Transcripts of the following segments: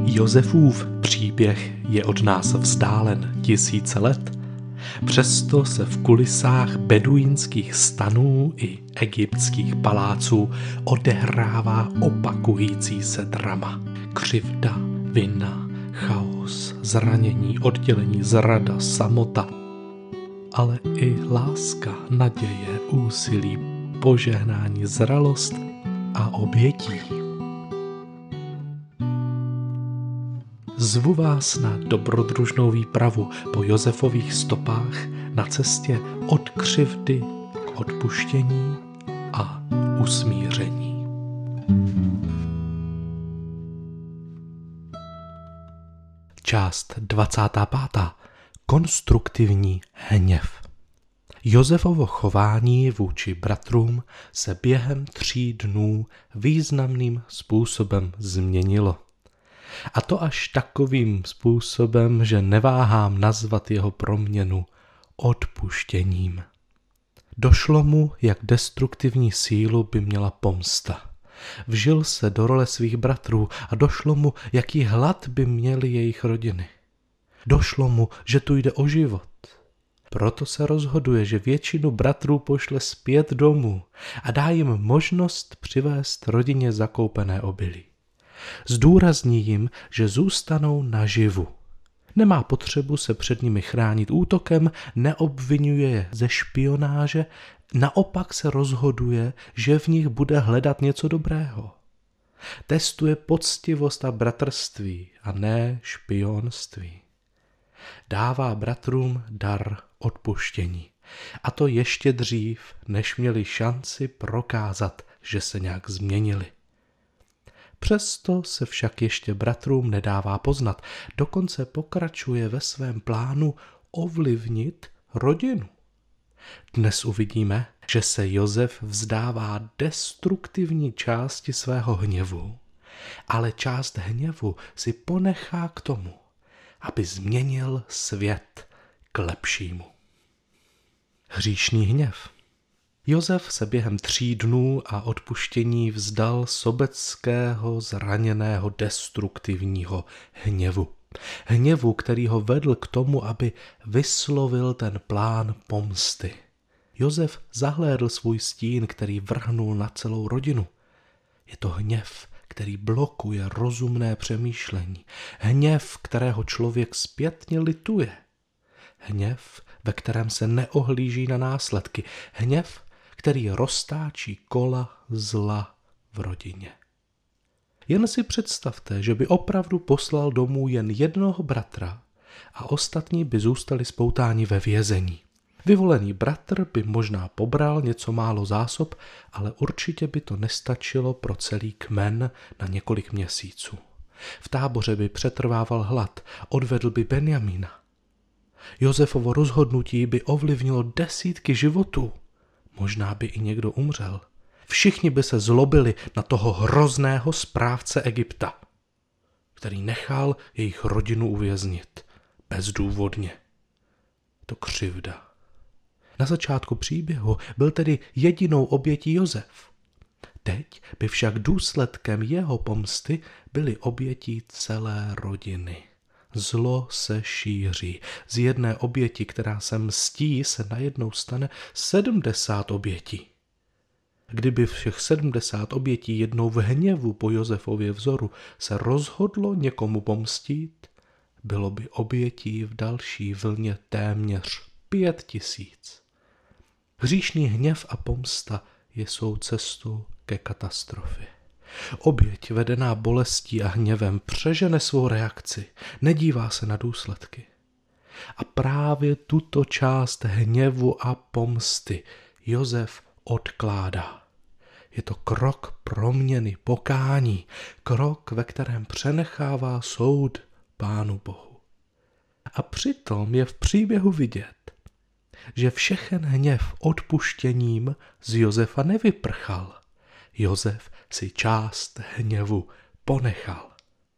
Josefův příběh je od nás vzdálen tisíce let, přesto se v kulisách beduínských stanů i egyptských paláců odehrává opakující se drama. Křivda, vina, chaos, zranění, oddělení, zrada, samota, ale i láska, naděje, úsilí, požehnání, zralost a obětí. Zvu vás na dobrodružnou výpravu po Josefových stopách na cestě od křivdy k odpuštění a usmíření. Část 25. Konstruktivní hněv. Josefovo chování vůči bratrům se během 3 dnů významným způsobem změnilo. A to až takovým způsobem, že neváhám nazvat jeho proměnu odpuštěním. Došlo mu, jak destruktivní sílu by měla pomsta. Vžil se do role svých bratrů a došlo mu, jaký hlad by měly jejich rodiny. Došlo mu, že tu jde o život. Proto se rozhoduje, že většinu bratrů pošle zpět domů a dá jim možnost přivést rodině zakoupené obilí. Zdůrazní jim, že zůstanou naživu. Nemá potřebu se před nimi chránit útokem, neobvinuje je ze špionáže, naopak se rozhoduje, že v nich bude hledat něco dobrého. Testuje poctivost a bratrství a ne špionství. Dává bratrům dar odpuštění. A to ještě dřív, než měli šanci prokázat, že se nějak změnili. Přesto se však ještě bratrům nedává poznat, dokonce pokračuje ve svém plánu ovlivnit rodinu. Dnes uvidíme, že se Josef vzdává destruktivní části svého hněvu, ale část hněvu si ponechá k tomu, aby změnil svět k lepšímu. Hříšný hněv. Josef se během 3 dnů a odpuštění vzdal sobeckého, zraněného, destruktivního hněvu. Hněvu, který ho vedl k tomu, aby vyslovil ten plán pomsty. Josef zahlédl svůj stín, který vrhnul na celou rodinu. Je to hněv, který blokuje rozumné přemýšlení. Hněv, kterého člověk zpětně lituje. Hněv, ve kterém se neohlíží na následky. Hněv, který roztáčí kola zla v rodině. Jen si představte, že by opravdu poslal domů jen jednoho bratra a ostatní by zůstali spoutáni ve vězení. Vyvolený bratr by možná pobral něco málo zásob, ale určitě by to nestačilo pro celý kmen na několik měsíců. V táboře by přetrvával hlad, odvedl by Benjamína. Josefovo rozhodnutí by ovlivnilo desítky životů. Možná by i někdo umřel. Všichni by se zlobili na toho hrozného správce Egypta, který nechal jejich rodinu uvěznit bezdůvodně. To křivda. Na začátku příběhu byl tedy jedinou obětí Josef. Teď by však důsledkem jeho pomsty byly obětí celé rodiny. Zlo se šíří. Z jedné oběti, která se mstí, se najednou stane 70 obětí. Kdyby všech 70 obětí jednou v hněvu po Josefově vzoru se rozhodlo někomu pomstít, bylo by obětí v další vlně téměř 5000. Hříšný hněv a pomsta jsou cestou ke katastrofě. Oběť vedená bolestí a hněvem přežene svou reakci, nedívá se na důsledky. A právě tuto část hněvu a pomsty Josef odkládá. Je to krok proměny, pokání, krok, ve kterém přenechává soud Pánu Bohu. A přitom je v příběhu vidět, že všechen hněv odpuštěním z Josefa nevyprchal. Josef si část hněvu ponechal.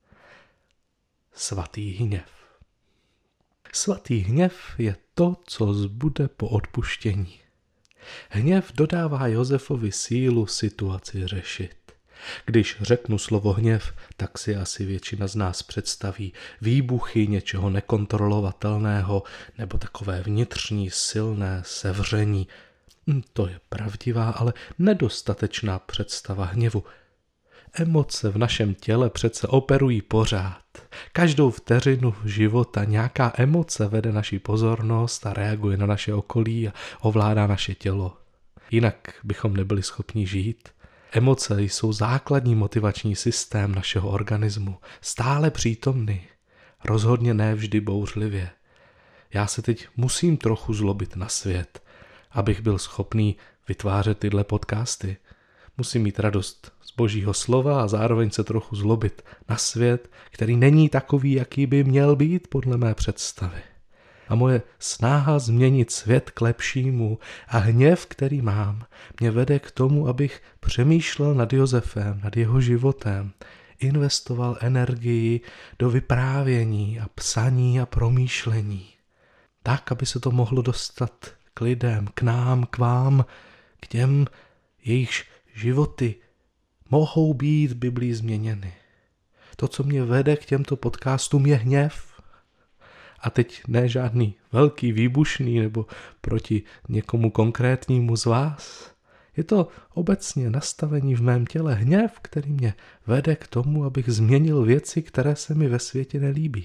Svatý hněv. Svatý hněv je to, co zbude po odpuštění. Hněv dodává Josefovi sílu situaci řešit. Když řeknu slovo hněv, tak si asi většina z nás představí výbuchy něčeho nekontrolovatelného nebo takové vnitřní silné sevření. To je pravdivá, ale nedostatečná představa hněvu. Emoce v našem těle přece operují pořád. Každou vteřinu života nějaká emoce vede naši pozornost a reaguje na naše okolí a ovládá naše tělo. Jinak bychom nebyli schopni žít. Emoce jsou základní motivační systém našeho organismu, stále přítomný, rozhodně ne vždy bouřlivě. Já se teď musím trochu zlobit na svět, abych byl schopný vytvářet tyhle podcasty. Musím mít radost z Božího slova a zároveň se trochu zlobit na svět, který není takový, jaký by měl být podle mé představy. A moje snaha změnit svět k lepšímu a hněv, který mám, mě vede k tomu, abych přemýšlel nad Josefem, nad jeho životem, investoval energii do vyprávění a psaní a promýšlení. Tak, aby se to mohlo dostat k lidem, k nám, k vám, k těm, jejichž životy mohou být v Biblii změněny. To, co mě vede k těmto podcastům, je hněv. A teď ne žádný velký, výbušný nebo proti někomu konkrétnímu z vás. Je to obecně nastavení v mém těle, hněv, který mě vede k tomu, abych změnil věci, které se mi ve světě nelíbí.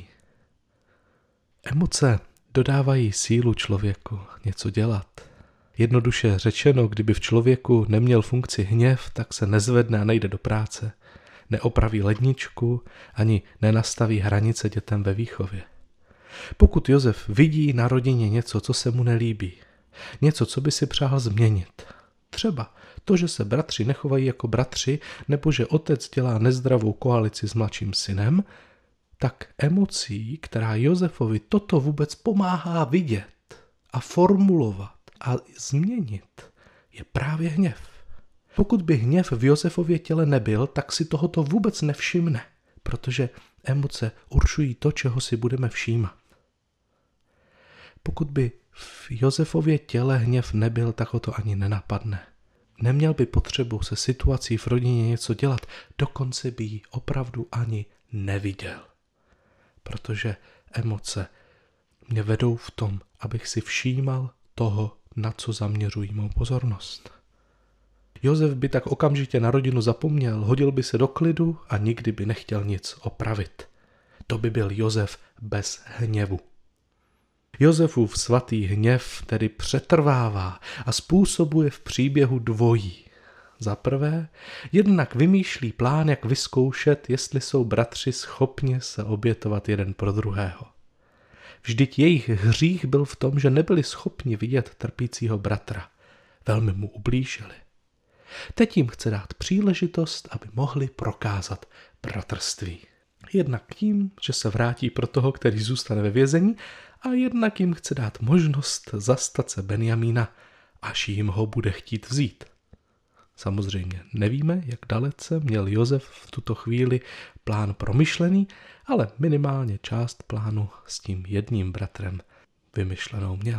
Emoce dodávají sílu člověku něco dělat. Jednoduše řečeno, kdyby v člověku neměl funkci hněv, tak se nezvedne a nejde do práce. Neopraví ledničku, ani nenastaví hranice dětem ve výchově. Pokud Josef vidí na rodině něco, co se mu nelíbí, něco, co by si přál změnit, třeba to, že se bratři nechovají jako bratři, nebo že otec dělá nezdravou koalici s mladším synem, tak emocí, která Josefovi toto vůbec pomáhá vidět a formulovat a změnit, je právě hněv. Pokud by hněv v Josefově těle nebyl, tak si tohoto vůbec nevšimne, protože emoce určují to, čeho si budeme všímat. Pokud by v Josefově těle hněv nebyl, tak ho to ani nenapadne. Neměl by potřebu se situací v rodině něco dělat, dokonce by ji opravdu ani neviděl. Protože emoce mě vedou v tom, abych si všímal toho, na co zaměřují mou pozornost. Josef by tak okamžitě na rodinu zapomněl, hodil by se do klidu a nikdy by nechtěl nic opravit. To by byl Josef bez hněvu. Josefův svatý hněv tedy přetrvává a způsobuje v příběhu dvojí. Za prvé, jednak vymýšlí plán, jak vyzkoušet, jestli jsou bratři schopni se obětovat jeden pro druhého. Vždyť jejich hřích byl v tom, že nebyli schopni vidět trpícího bratra. Velmi mu ublížili. Teď jim chce dát příležitost, aby mohli prokázat bratrství. Jednak tím, že se vrátí pro toho, který zůstane ve vězení, a jednak jim chce dát možnost zastat se Benjamína, až jim ho bude chtít vzít. Samozřejmě nevíme, jak dalece měl Josef v tuto chvíli plán promyšlený, ale minimálně část plánu s tím jedním bratrem vymyšlenou měl.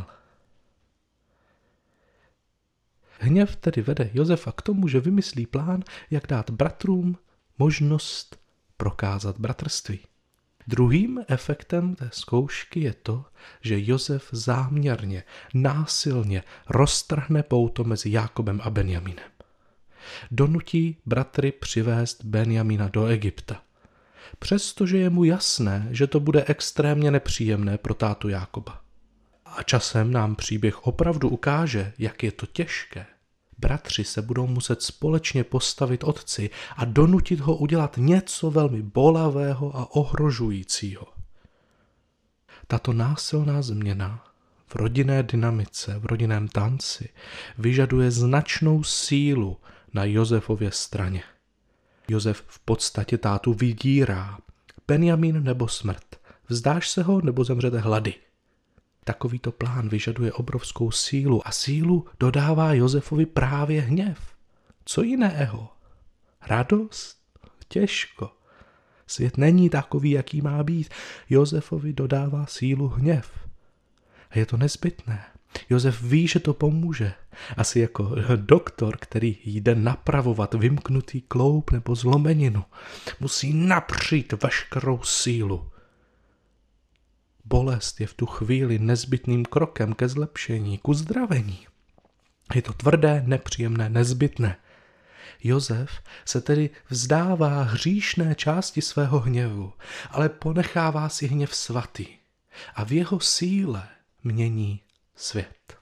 Hněv tedy vede Josefa k tomu, že vymyslí plán, jak dát bratrům možnost prokázat bratrství. Druhým efektem té zkoušky je to, že Josef záměrně, násilně roztrhne pouto mezi Jákobem a Benjaminem. Donutí bratry přivést Benjamina do Egypta. Přestože je mu jasné, že to bude extrémně nepříjemné pro tátu Jákoba. A časem nám příběh opravdu ukáže, jak je to těžké. Bratři se budou muset společně postavit otci a donutit ho udělat něco velmi bolavého a ohrožujícího. Tato násilná změna v rodinné dynamice, v rodinném tanci vyžaduje značnou sílu na Josefově straně. Josef v podstatě tátu vydírá. Benjamín nebo smrt. Vzdáš se ho nebo zemřete hlady. Takovýto plán vyžaduje obrovskou sílu a sílu dodává Josefovi právě hněv. Co jiného? Radost? Těžko. Svět není takový, jaký má být. Josefovi dodává sílu hněv. A je to nezbytné. Josef ví, že to pomůže. Asi jako doktor, který jde napravovat vymknutý kloup nebo zlomeninu. Musí napřít veškerou sílu. Bolest je v tu chvíli nezbytným krokem ke zlepšení, k uzdravení. Je to tvrdé, nepříjemné, nezbytné. Josef se tedy vzdává hříšné části svého hněvu, ale ponechává si hněv svatý a v jeho síle mění svět.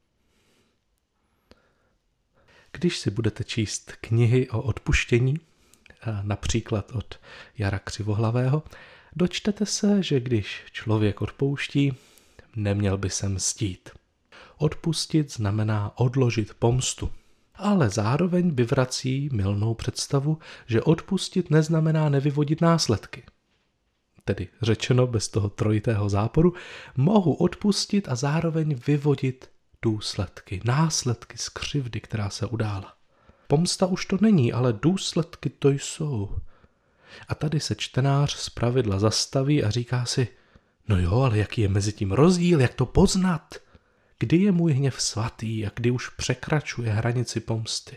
Když si budete číst knihy o odpuštění, například od Jara Křivohlavého, dočtete se, že když člověk odpouští, neměl by se mstít. Odpustit znamená odložit pomstu, ale zároveň vyvrací mylnou představu, že odpustit neznamená nevyvodit následky. Tedy řečeno bez toho trojitého záporu, mohu odpustit a zároveň vyvodit důsledky, následky z křivdy, která se udála. Pomsta už to není, ale důsledky to jsou. A tady se čtenář zpravidla zastaví a říká si, no jo, ale jaký je mezi tím rozdíl, jak to poznat? Kdy je můj hněv svatý a kdy už překračuje hranici pomsty?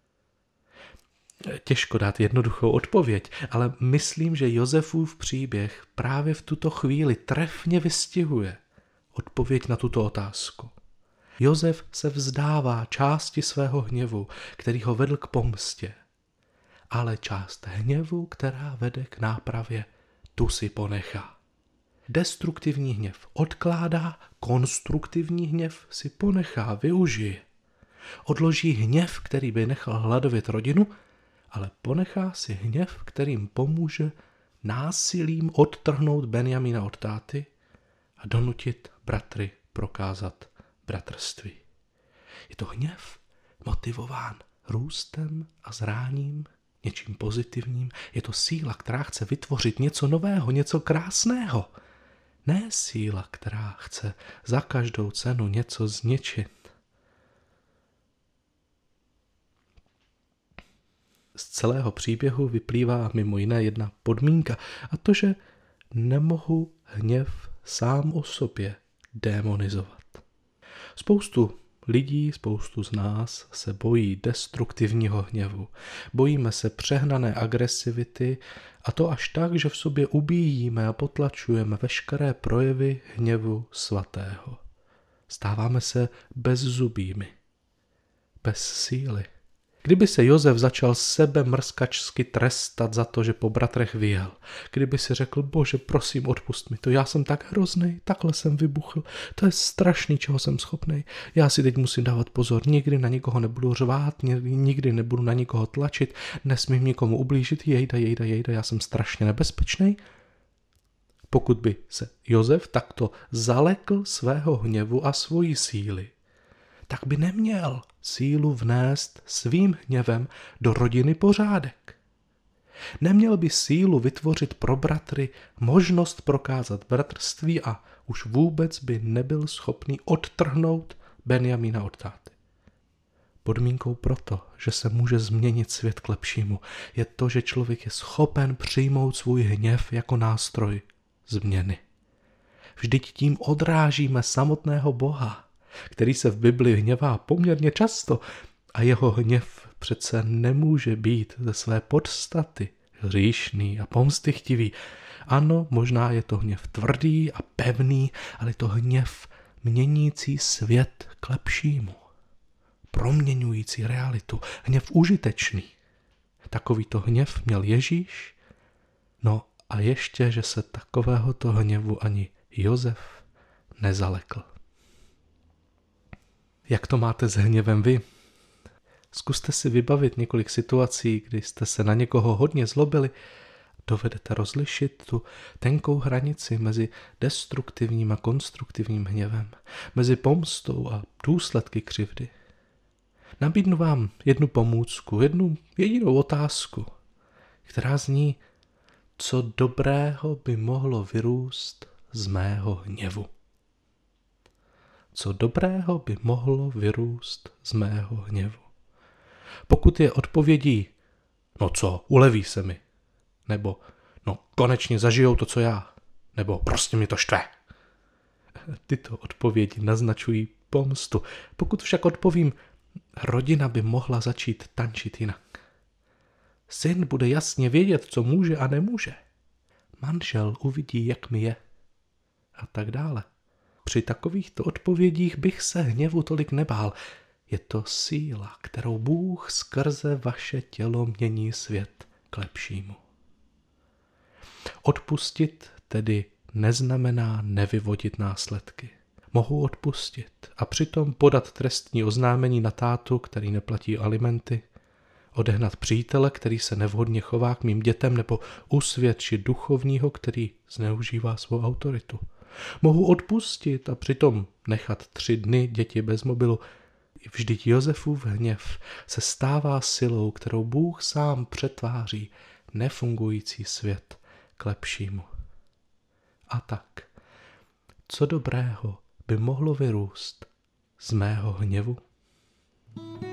Těžko dát jednoduchou odpověď, ale myslím, že Josefův příběh právě v tuto chvíli trefně vystihuje odpověď na tuto otázku. Josef se vzdává části svého hněvu, který ho vedl k pomstě, ale část hněvu, která vede k nápravě, tu si ponechá. Destruktivní hněv odkládá, konstruktivní hněv si ponechá, využije. Odloží hněv, který by nechal hladovět rodinu, ale ponechá si hněv, kterým pomůže násilím odtrhnout Benjamina od táty a donutit bratry prokázat bratrství. Je to hněv motivován růstem a zráním, něčím pozitivním. Je to síla, která chce vytvořit něco nového, něco krásného. Ne síla, která chce za každou cenu něco zničit. Z celého příběhu vyplývá mimo jiné jedna podmínka, a to, že nemohu hněv sám o sobě démonizovat. Spoustu lidí, spoustu z nás se bojí destruktivního hněvu. Bojíme se přehnané agresivity a to až tak, že v sobě ubíjíme a potlačujeme veškeré projevy hněvu svatého. Stáváme se bezzubými, bez síly. Kdyby se Josef začal sebe mrskačsky trestat za to, že po bratrech vyjel, kdyby si řekl, Bože, prosím, odpust mi to, já jsem tak hrozný, takhle jsem vybuchl, to je strašný, čeho jsem schopnej, já si teď musím dávat pozor, nikdy na nikoho nebudu řvát, nikdy nebudu na nikoho tlačit, nesmím nikomu ublížit, jejda, já jsem strašně nebezpečný. Pokud by se Josef takto zalekl svého hněvu a svojí síly, tak by neměl sílu vnést svým hněvem do rodiny pořádek. Neměl by sílu vytvořit pro bratry možnost prokázat bratrství a už vůbec by nebyl schopný odtrhnout Benjamina od táty. Podmínkou proto, že se může změnit svět k lepšímu, je to, že člověk je schopen přijmout svůj hněv jako nástroj změny. Vždyť tím odrážíme samotného Boha, který se v Bibli hněvá poměrně často a jeho hněv přece nemůže být ze své podstaty hříšný a pomstychtivý. Ano, možná je to hněv tvrdý a pevný, ale je to hněv měnící svět k lepšímu, proměňující realitu, hněv užitečný. Takovýto hněv měl Ježíš, no a ještě, že se takovéhoto hněvu ani Josef nezalekl. Jak to máte s hněvem vy? Zkuste si vybavit několik situací, kdy jste se na někoho hodně zlobili. Dovedete rozlišit tu tenkou hranici mezi destruktivním a konstruktivním hněvem, mezi pomstou a důsledky křivdy. Nabídnu vám jednu pomůcku, jednu jedinou otázku, která zní, co dobrého by mohlo vyrůst z mého hněvu. Co dobrého by mohlo vyrůst z mého hněvu? Pokud je odpovědí, no co, uleví se mi, nebo no konečně zažijou to, co já, nebo prostě mi to štve. Tyto odpovědi naznačují pomstu. Pokud však odpovím, rodina by mohla začít tančit jinak. Syn bude jasně vědět, co může a nemůže. Manžel uvidí, jak mi je. A tak dále. Při takovýchto odpovědích bych se hněvu tolik nebál. Je to síla, kterou Bůh skrze vaše tělo mění svět k lepšímu. Odpustit tedy neznamená nevyvodit následky. Mohu odpustit a přitom podat trestní oznámení na tátu, který neplatí alimenty, odehnat přítele, který se nevhodně chová k mým dětem, nebo usvědčit duchovního, který zneužívá svou autoritu. Mohu odpustit a přitom nechat 3 dny děti bez mobilu. Vždyť Josefův hněv se stává silou, kterou Bůh sám přetváří nefungující svět k lepšímu. A tak, co dobrého by mohlo vyrůst z mého hněvu?